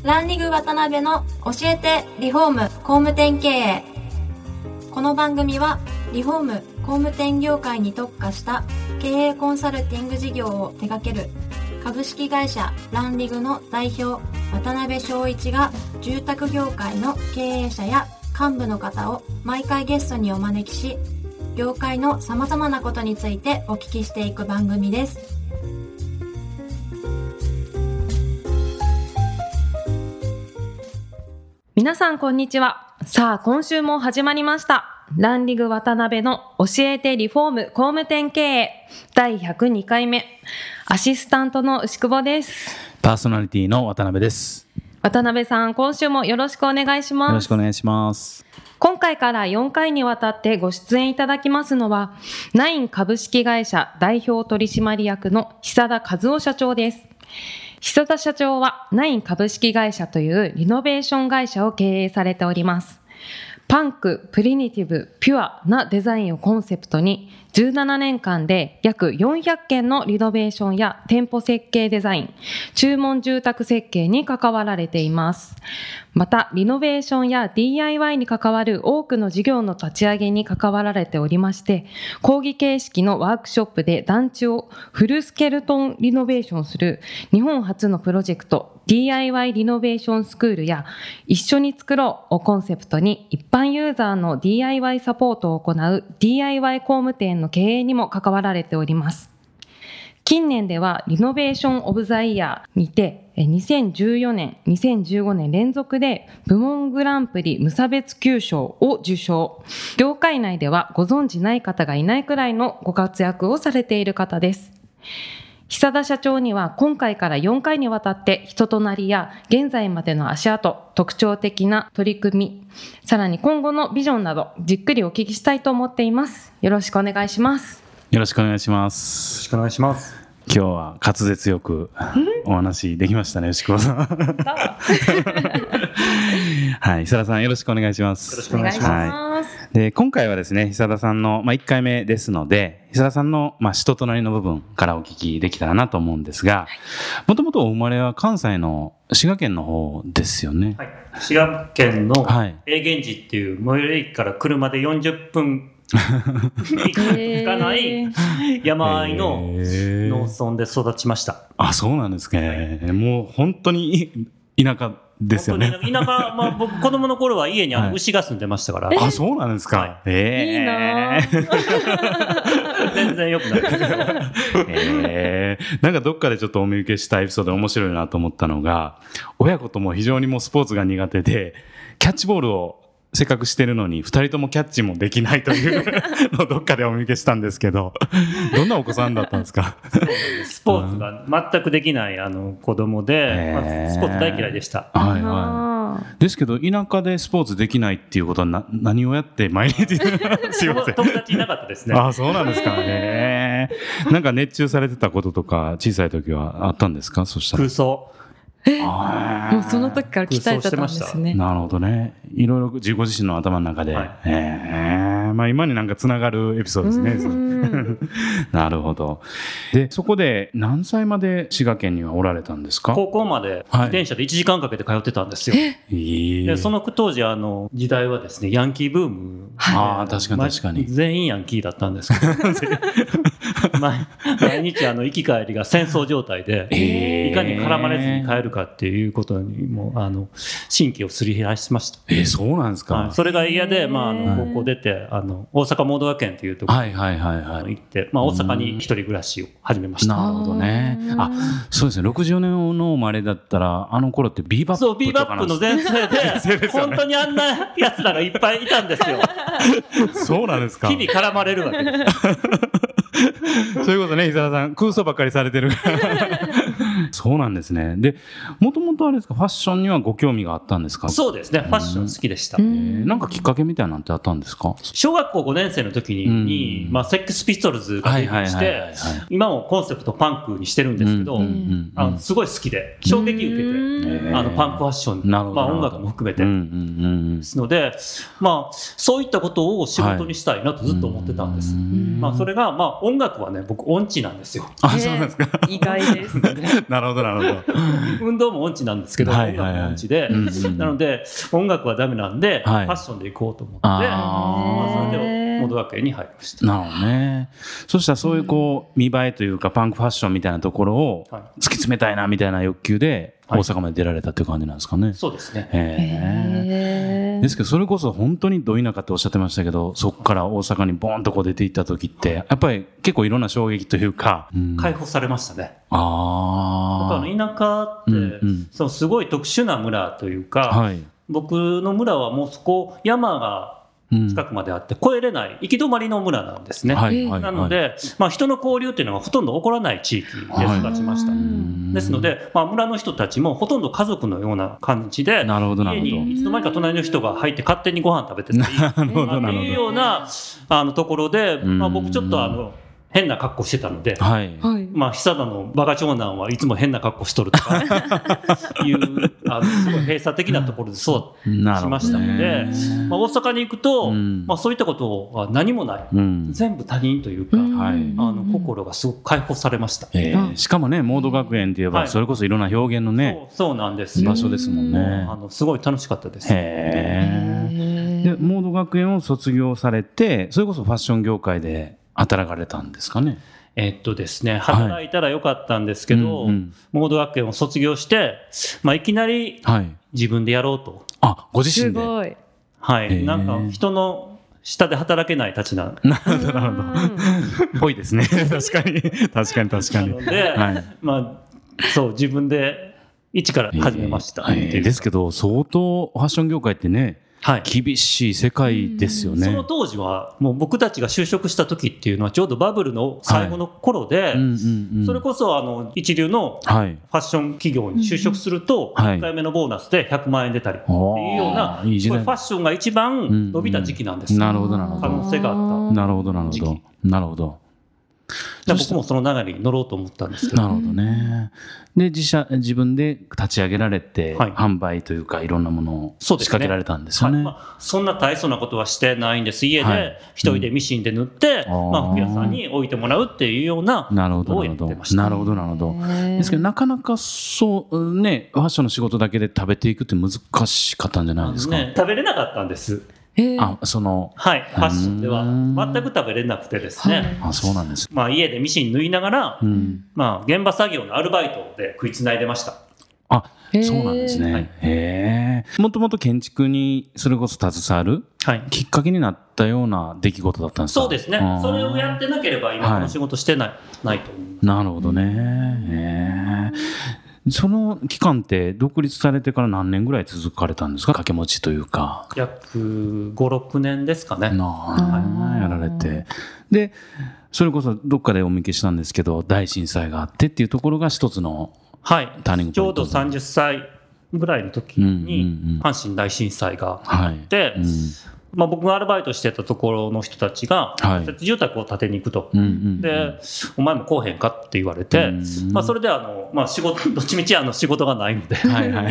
ランリグ渡辺の教えてリフォーム工務店経営。この番組はリフォーム工務店業界に特化した経営コンサルティング事業を手掛ける株式会社ランリグの代表渡辺翔一が、住宅業界の経営者や幹部の方を毎回ゲストにお招きし、業界の様々なことについてお聞きしていく番組です。 皆さんこんにちは。さあ今週も始まりました。ランリグ渡辺の教えてリフォーム工務店経営第102回目。アシスタントの牛久保です。 パーソナリティの渡辺です。 渡辺さん、今週もよろしくお願いします。 よろしくお願いします。 今回から4回にわたってご出演いただきますのは、ナイン株式会社代表取締役の久田和夫社長です。久田社長はナイン株式会社というリノベーション会社を経営されております。パンク、プリミティブ、ピュアなデザインをコンセプトに17年間で約400件のリノベーションや店舗設計デザイン、注文住宅設計に関わられています。またリノベーションや DIY に関わる多くの事業の立ち上げに関わられておりまして、講義形式のワークショップで団地をフルスケルトンリノベーションする日本初のプロジェクト DIY リノベーションスクールや、一緒に作ろうをコンセプトに一般ユーザーの DIY サポートを行う DIY 工務店の経営にも関わられております。近年ではリノベーションオブザイヤーにて2014年、2015年連続で部門グランプリ無差別級賞を受賞。業界内ではご存じない方がいないくらいのご活躍をされている方です。久田社長には今回から4回にわたって人となりや現在までの足跡、特徴的な取り組み、さらに今後のビジョンなどじっくりお聞きしたいと思っています。よろしくお願いします。 よろしくお願いします。 よろしくお願いします。 今日は滑舌よくお話できましたね、牛久保さん。はい、久田さんよろしくお願いします。 よろしくお願いします。 はい、で今回はですね、久田さんの、1回目ですので、久田さんの、人となりの部分からお聞きできたらなと思うんですが、もともとお生まれは関西の滋賀県の方ですよね。 はい、滋賀県の永源寺っていう最寄り駅から車で40分行かない山あいの農村で育ちました。 あ、そうなんですね。もう本当に田舎ですよね。 田舎、僕子供の頃は家に牛が住んでましたから。 あ、そうなんですか。 いいな全然良くないです。 なんかどっかでちょっとお見受けしたエピソードで面白いなと思ったのが、親子とも非常にもうスポーツが苦手で、キャッチボールをせっかくしてるのに2人ともキャッチもできないというのをどっかでお見受けしたんですけど、どんなお子さんだったんですか？ スポーツが全くできない子供で、スポーツ大嫌いでした。 はいはい。ですけど田舎でスポーツできないっていうことは何をやって毎日すいません。 友達いなかったですね。 あ、そうなんですかね。なんか熱中されてたこととか小さい時はあったんですか？そしたら空想。 もうその時から鍛えてたんですね。 なるほどね。いろいろ自己自身の頭の中で、今になんかつながるエピソードですね。なるほど。でそこで何歳まで滋賀県にはおられたんですか？ 高校まで自転車で1時間かけて通ってたんですよ。でその当時時代はですね、ヤンキーブーム、 確かに、 全員ヤンキーだったんですけど毎日行き帰りが戦争状態で、いかに絡まれずに帰るかっていうことにも神経をすり減らしました。 そうなんですか。 それが嫌で、高校出て大阪モード学園というところに行って、大阪に一人暮らしを始めました。 なるほどね。そうですね。64年の生まれだったらあの頃ってビーバップとか、 そう、ビーバップの前世で本当にあんな奴らがいっぱいいたんですよ。 そうなんですか。 日々絡まれるわけです。 そういうことね、伊沢さん空想ばっかりされてる。そうなんですね。で、もともとあれですか、ファッションにはご興味があったんですか？ そうですね、ファッション好きでした。 なんかきっかけみたいなんてあったんですか？ 小学校5年生の時に、セックスピストルズがデビューして、今もコンセプトパンクにしてるんですけど、すごい好きで衝撃受けて、パンクファッション、音楽も含めてですので、そういったことを仕事にしたいなとずっと思ってたんです。それが音楽はね、僕音痴なんですよ。 あ、そうなんですか。 意外です。 ななるほどなるほど。 運動も音痴なんですけど、音楽も音痴で、なので音楽はダメなんで、ファッションで行こうと思って、それでモード学園に入りました。 なるほどね。そしたらそういうこう見栄えというかパンクファッションみたいなところを突き詰めたいなみたいな欲求で大阪まで出られたっていう感じなんですかね。 そうですね。 ですけどそれこそ本当にど田舎っておっしゃってましたけど、そこから大阪にボーンとこう出ていった時ってやっぱり結構いろんな衝撃というか、 解放されましたね。 田舎って、そのすごい特殊な村というか、僕の村はもうそこ山が近くまであって越えれない行き止まりの村なんですね。なので、人の交流っていうのがほとんど起こらない地域で育ちました。ですので、村の人たちもほとんど家族のような感じで、家にいつの間にか隣の人が入って勝手にご飯食べてたりっていうようなところで、僕ちょっと変な格好してたので、久田の馬鹿長男はいつも変な格好しとるとかいうすごい閉鎖的なところでそうしましたので、大阪に行くと、そういったことは何もない、全部他人というか、心がすごく解放されました。 しかもね、モード学園って言えばそれこそいろんな表現のね、 そうなんですよ。 場所ですもんね。 すごい楽しかったです。 でモード学園を卒業されて、それこそファッション業界で働かれたんですかね。 ですね、働いたらよかったんですけど、モード学園を卒業して、いきなり自分でやろうと。 ご自身で。 すごい。 なんか人の下で働けないたちな。 なるほどなるほど。ぽいですね。確かになので、そう自分で一から始めました。 ですけど相当ファッション業界ってね、厳しい世界ですよね。 その当時はもう僕たちが就職した時っていうのはちょうどバブルの最後の頃で、それこそ一流のファッション企業に就職すると1回目のボーナスで100万円出たりっていうような、ファッションが一番伸びた時期なんです。 なるほどなるほど。 可能性があった。 なるほどなるほど。なるほど。 僕もその流れに乗ろうと思ったんですけど。 なるほどね。で自分で立ち上げられて、販売というかいろんなものを仕掛けられたんですよね。 そんな大層なことはしてないんです。家で一人でミシンで縫って、服屋さんに置いてもらうっていうようなことをやってました。 なるほどなるほど。ですけどなかなかそうね、ファッションの仕事だけで食べていくって難しかったんじゃないですか。 食べれなかったんです。ファッションでは全く食べれなくてですね。 そうなんです。 家でミシン縫いながら、現場作業のアルバイトで食いつないでました。 そうなんですね。もともと建築にそれこそ携わるきっかけになったような出来事だったんですか。 そうですね。それをやってなければ今この仕事してないと思います。 なるほどね。その期間って独立されてから何年ぐらい続かれたんですか。掛け持ちというか。 約5、6年ですかね。 やられて。で、それこそどっかでお見受けしたんですけど、大震災があってっていうところが一つのターニングポイント。 ちょうど30歳ぐらいの時に阪神大震災があって、僕がアルバイトしてたところの人たちが仮設住宅を建てに行くと、でお前も来おへんかって言われて、それで仕事どっちみち仕事がないので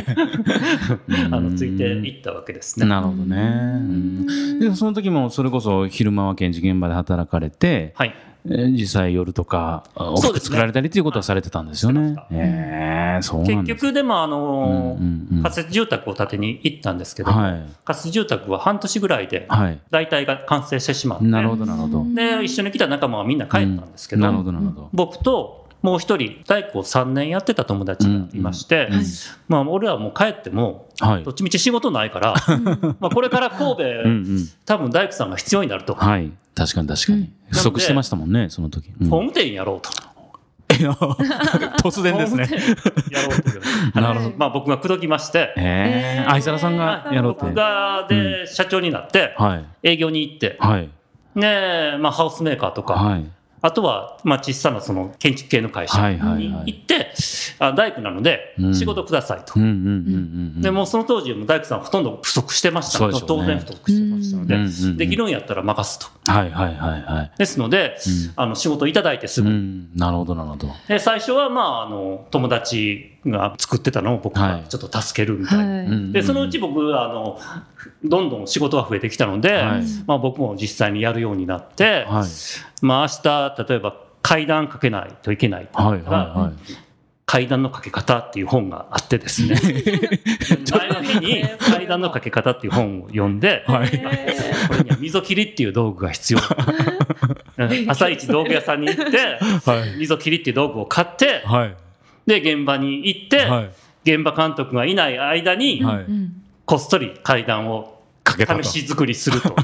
ついていったわけですね。 なるほどね。でその時もそれこそ昼間は建築現場で働かれて、実際夜とかお服作られたりということはされてたんですよね。 結局でも仮設住宅を建てに行ったんですけど、仮設住宅は半年ぐらいで大体が完成してしまって、で一緒に来た仲間はみんな帰ったんですけど、僕ともう一人大工を3年やってた友達がいまして、俺はもう帰ってもどっちみち仕事ないからこれから神戸多分大工さんが必要になると。 確かに不足してましたもんねその時。 工務店やろうと。 突然ですね。 やろうという僕が口説きまして、 相沢さんがやろうって。 僕がで社長になって営業に行って、ハウスメーカーとか、あとは小さなその建築系の会社に行って大工なので仕事くださいと。でもその当時大工さんはほとんど不足してましたので、当然不足してましたので、できるんやったら任すと。ですので仕事いただいてすぐ。 なるほどなるほど。 で最初は友達が作ってたのを僕がちょっと助けるみたいな。でそのうち僕どんどん仕事が増えてきたので、僕も実際にやるようになって、明日例えば階段かけないといけないって言ったら、 階段のかけ方っていう本があってですね前の日に階段のかけ方っていう本を読んで、これには溝切りっていう道具が必要朝一道具屋さんに行って、溝切りっていう道具を買って、で現場に行って、現場監督がいない間に、こっそり階段を試し作りすると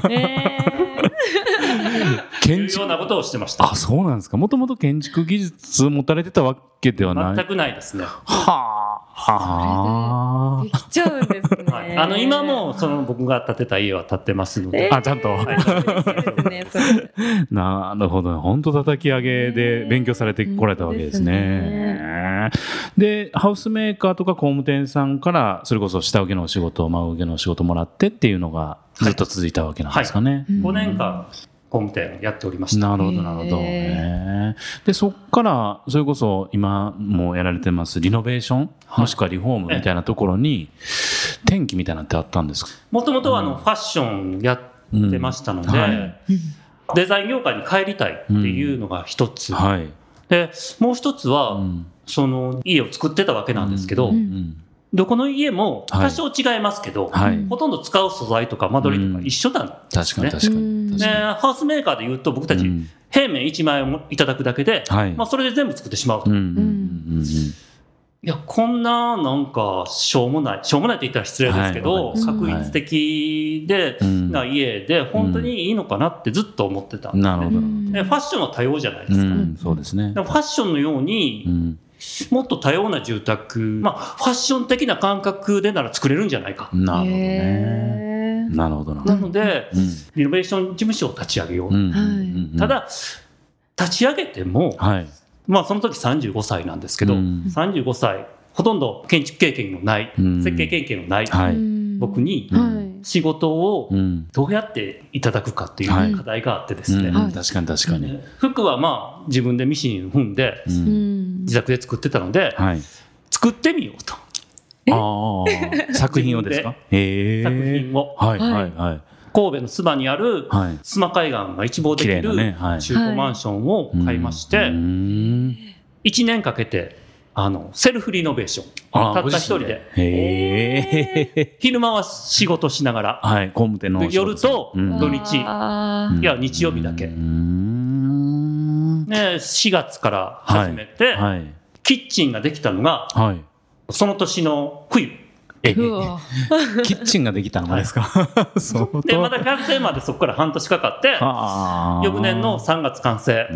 いうようなことをしてました。 あ、そうなんですか。もともと建築技術持たれてたわけではない。 全くないですね。 はあ。できちゃうんですね。 今も僕が建てた家は建ってますので。 ちゃんと。なるほど。本当叩き上げで勉強されてこられたわけですね。で、ハウスメーカーとか工務店さんからそれこそ下請けのお仕事、真請けのお仕事もらってっていうのがずっと続いたわけなんですかね。 5年間。工務店やっておりました。 なるほどなるほど。でそこからそれこそ今もやられてますリノベーション、もしくはリフォームみたいなところに転機みたいなのってあったんですか？ もともとはファッションやってましたので、デザイン業界に帰りたいっていうのが一つ、でもう一つは、その家を作ってたわけなんですけど、どこの家も多少違いますけど、ほとんど使う素材とか間取りとか一緒なんですね。 確かにハウスメーカーでいうと僕たち平面1枚をいただくだけで、それで全部作ってしまうと。いやこんななんかしょうもないって言ったら失礼ですけど、画一的な家で本当にいいのかなってずっと思ってたんですね。ファッションは多様じゃないですか。 そうですね。 ファッションのようにもっと多様な住宅、ファッション的な感覚でなら作れるんじゃないか。 なるほどね。なるほどな。 なので、リノベーション事務所を立ち上げよう。ただ立ち上げても、その時35歳なんですけど、35歳ほとんど建築経験のない、設計経験のない僕に仕事をどうやっていただくかっていう課題があってですね。 確かに確かに。 服は自分でミシン踏んで自宅で作ってたので、作ってみようと。 作品をですか？ 作品を。神戸の須磨にある須磨海岸が一望できる中古マンションを買いまして、1年かけてセルフリノベーションたった一人で、昼間は仕事しながら、 工務店の夜と土日、いや日曜日だけ、4月から始めて、キッチンができたのがその年の冬。 キッチンができたのですか？ でまた完成までそこから半年かかって、翌年の3月完成。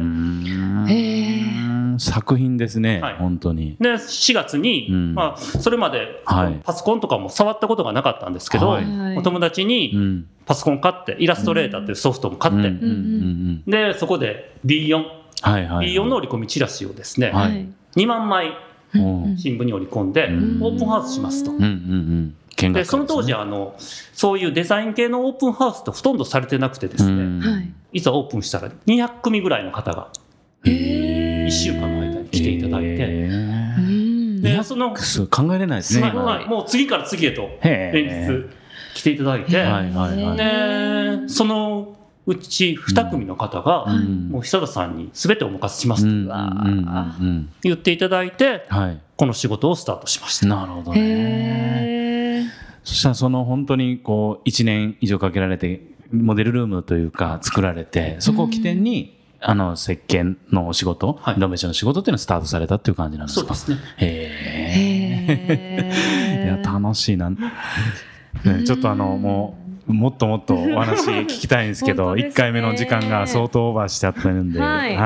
作品ですね、本当に。 で4月に、それまでパソコンとかも触ったことがなかったんですけど、お友達にパソコン買って、イラストレーターっていうソフトも買って、でそこで B4 の折り込みチラシをですね、2万枚新聞に折り込んでオープンハウスしますと。でその当時そういうデザイン系のオープンハウスってほとんどされてなくてですね、いざオープンしたら200組ぐらいの方が1週間の間に来ていただいて、でその考えれないですね。 もう次から次へと連日来ていただいて、でそのうち2組の方が、もう久田さんに全てお任せしますと言っていただいて、この仕事をスタートしました。 なるほどね。そしたら本当に1年以上かけられてモデルルームというか作られて、そこを起点に設計のお仕事、リノベーションの仕事っていうのをスタートされたっていう感じなんですか？ そうですね。 いや楽しいな。ちょっともっともっとお話聞きたいんですけど、1回目の時間が相当オーバーしちゃってるんで、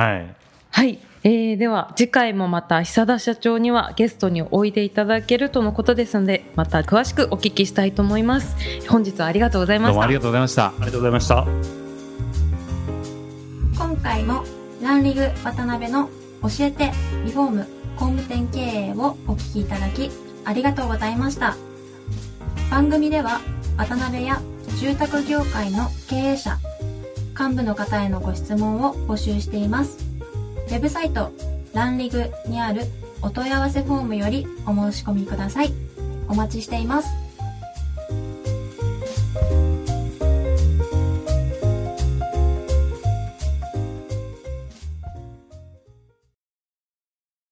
では次回もまた久田社長にはゲストにおいでいただけるとのことですので、また詳しくお聞きしたいと思います。本日はありがとうございました。 どうもありがとうございました。 ありがとうございました。 今回もランリグ渡辺の教えてリフォーム工務店経営をお聞きいただきありがとうございました。番組では渡辺や住宅業界の経営者、幹部の方へのご質問を募集しています。ウェブサイトランリグにあるお問い合わせフォームよりお申し込みください。お待ちしています。